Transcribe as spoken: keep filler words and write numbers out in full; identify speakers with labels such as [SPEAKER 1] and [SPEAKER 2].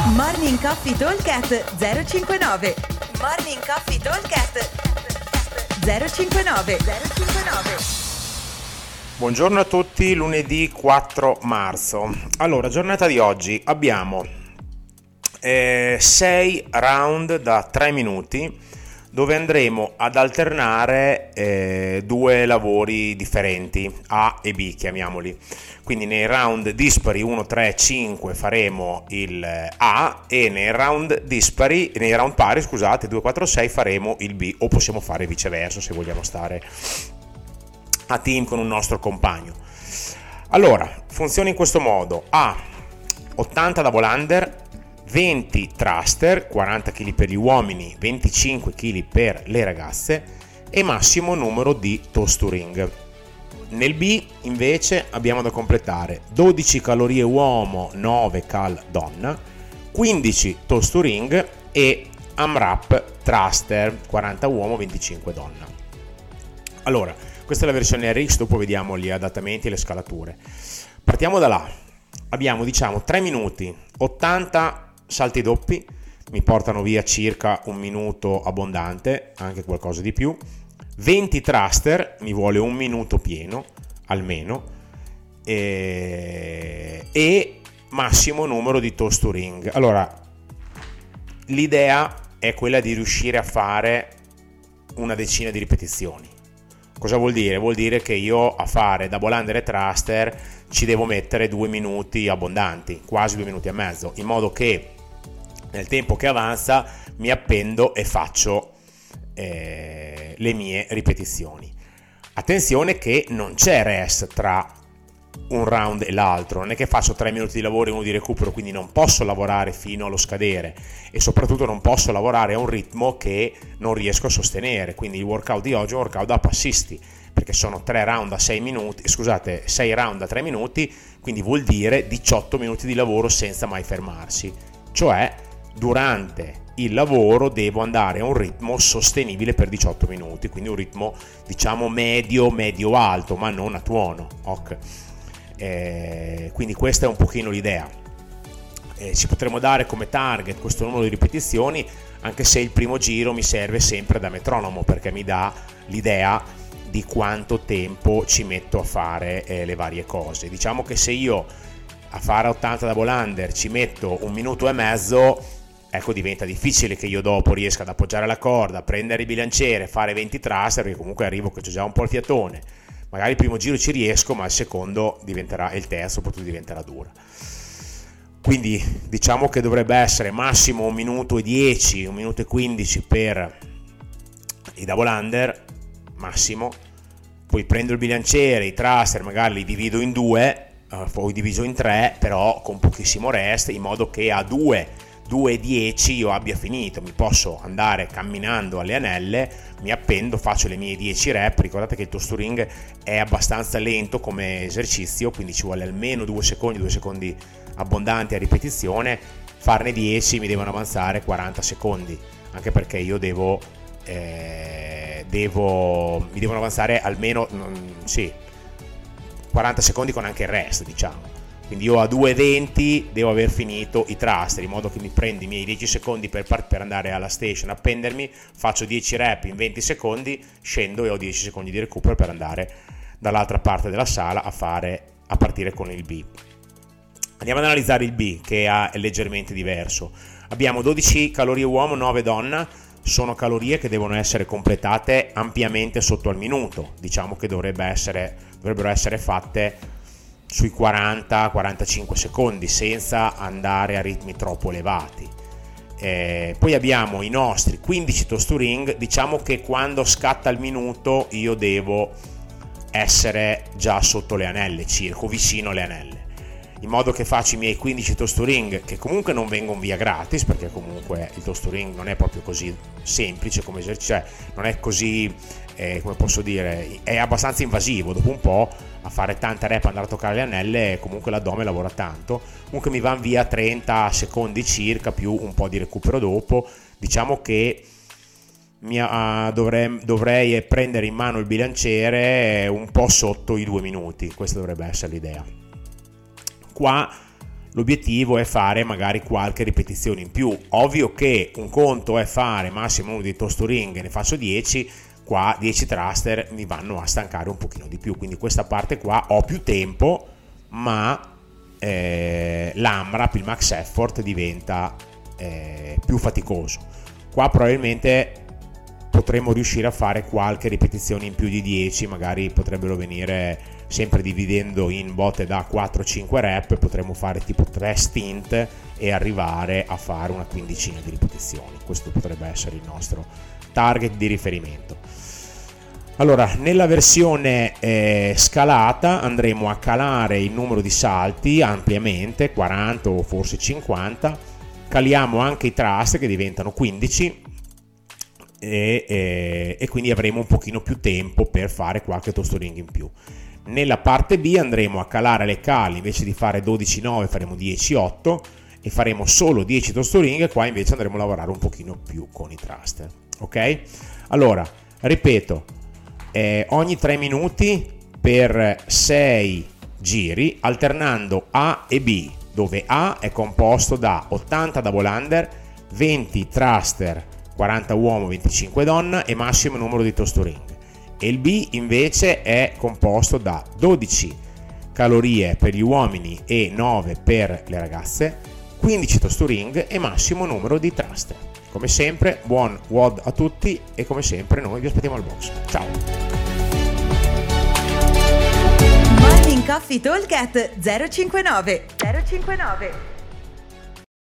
[SPEAKER 1] Morning Coffee Talkcast zero cinquantanove. Morning Coffee Talkcast zero cinquantanove. zero cinquantanove.
[SPEAKER 2] Buongiorno a tutti, lunedì quattro marzo. Allora, giornata di oggi abbiamo eh, sei round da tre minuti dove andremo ad alternare eh, due lavori differenti, A e B chiamiamoli. Quindi nei round dispari uno, tre, cinque faremo il A e nei round dispari, nei round pari, scusate, due, quattro, sei faremo il B, o possiamo fare viceversa se vogliamo stare a team con un nostro compagno. Allora, funziona in questo modo: A ottanta double under, venti thruster, quaranta chili per gli uomini, venticinque chili per le ragazze e massimo numero di toes to ring. Nel B invece abbiamo da completare dodici calorie uomo, nove cal donna, quindici toes to ring e AMRAP thruster, quaranta uomo, venticinque donna. Allora, questa è la versione R X, dopo vediamo gli adattamenti e le scalature. Partiamo da là. Abbiamo, diciamo, tre minuti, ottanta salti doppi, mi portano via circa un minuto abbondante, anche qualcosa di più. venti thruster, mi vuole un minuto pieno, almeno, e, e massimo numero di toes to ring. Allora, l'idea è quella di riuscire a fare una decina di ripetizioni. Cosa vuol dire? Vuol dire che io a fare double under e thruster ci devo mettere due minuti abbondanti, quasi due minuti e mezzo, in modo che nel tempo che avanza mi appendo e faccio eh, le mie ripetizioni. Attenzione che non c'è rest tra un round e l'altro, non è che faccio tre minuti di lavoro e uno di recupero, quindi non posso lavorare fino allo scadere e soprattutto non posso lavorare a un ritmo che non riesco a sostenere. Quindi il workout di oggi è un workout da passisti, perché sono tre round a sei minuti, scusate, sei round a tre minuti, quindi vuol dire diciotto minuti di lavoro senza mai fermarsi, cioè durante il lavoro devo andare a un ritmo sostenibile per diciotto minuti, quindi un ritmo diciamo medio medio alto, ma non a tuono, ok? Eh, quindi questa è un pochino l'idea. Eh, ci potremo dare come target questo numero di ripetizioni, anche se il primo giro mi serve sempre da metronomo, perché mi dà l'idea di quanto tempo ci metto a fare eh, le varie cose. Diciamo che se io a fare ottanta double under ci metto un minuto e mezzo, ecco, diventa difficile che io dopo riesca ad appoggiare la corda, prendere il bilanciere, fare venti thruster, perché comunque arrivo che c'ho già un po' il fiatone. Magari il primo giro ci riesco, ma il secondo diventerà, e il terzo soprattutto diventerà dura. Quindi diciamo che dovrebbe essere massimo un minuto e dieci, un minuto e quindici per i double under, massimo. Poi prendo il bilanciere, i thruster magari li divido in due, eh, poi diviso in tre, però con pochissimo rest, in modo che a due due e dieci io abbia finito, mi posso andare camminando alle anelle, mi appendo, faccio le mie dieci rep. Ricordate che il toes to ring è abbastanza lento come esercizio, quindi ci vuole almeno due secondi, due secondi abbondanti a ripetizione. Farne dieci mi devono avanzare quaranta secondi, anche perché io devo, eh, devo mi devono avanzare almeno non, sì, quaranta secondi con anche il rest, diciamo. Quindi io a due e venti devo aver finito i thruster, in modo che mi prendo i miei dieci secondi per, per andare alla station, appendermi, faccio dieci rep in venti secondi, scendo e ho dieci secondi di recupero per andare dall'altra parte della sala a fare a partire con il B. Andiamo ad analizzare il B, che è leggermente diverso. Abbiamo dodici calorie uomo, nove donna, sono calorie che devono essere completate ampiamente sotto al minuto, diciamo che dovrebbe essere, dovrebbero essere fatte sui quaranta quarantacinque secondi, senza andare a ritmi troppo elevati. Eh, poi abbiamo i nostri quindici toes to ring. Diciamo che quando scatta il minuto io devo essere già sotto le anelle, circa vicino alle anelle, in modo che faccio i miei quindici toes to ring, che comunque non vengono via gratis, perché comunque il toes to ring non è proprio così semplice come esercizio, cioè non è così, eh, come posso dire, è abbastanza invasivo. Dopo un po' a fare tante rep, andare a toccare le anelle, comunque l'addome lavora tanto. Comunque mi vanno via trenta secondi circa, più un po' di recupero dopo. Diciamo che mi, uh, dovrei, dovrei prendere in mano il bilanciere un po' sotto i due minuti, questa dovrebbe essere l'idea. Qua l'obiettivo è fare magari qualche ripetizione in più. Ovvio che un conto è fare massimo uno di toast to ring e ne faccio dieci, qua dieci thruster mi vanno a stancare un pochino di più, quindi questa parte qua ho più tempo, ma eh, l'AMRAP, il max effort, diventa eh, più faticoso. Qua probabilmente potremmo riuscire a fare qualche ripetizione in più di dieci, magari potrebbero venire sempre dividendo in botte da quattro cinque rep, potremmo fare tipo tre stint e arrivare a fare una quindicina di ripetizioni. Questo potrebbe essere il nostro target di riferimento. Allora, nella versione eh, scalata andremo a calare il numero di salti ampiamente, quaranta o forse cinquanta, caliamo anche i thrust che diventano quindici e, e, e quindi avremo un pochino più tempo per fare qualche toast to ring in più. Nella parte B andremo a calare le cali, invece di fare dodici nove faremo dieci otto e faremo solo dieci toast to ring, e qua invece andremo a lavorare un pochino più con i thruster. Ok? Allora, ripeto, eh, ogni tre minuti per sei giri, alternando A e B, dove A è composto da ottanta double under, venti thruster, quaranta uomo, venticinque donna e massimo numero di toast to ring, e il B invece è composto da dodici calorie per gli uomini e nove per le ragazze, quindici toast to ring e massimo numero di thruster. Come sempre, buon W O D a tutti e come sempre noi vi aspettiamo al box. Ciao!
[SPEAKER 1] Morning Coffee Talk at zero cinquantanove zero cinquantanove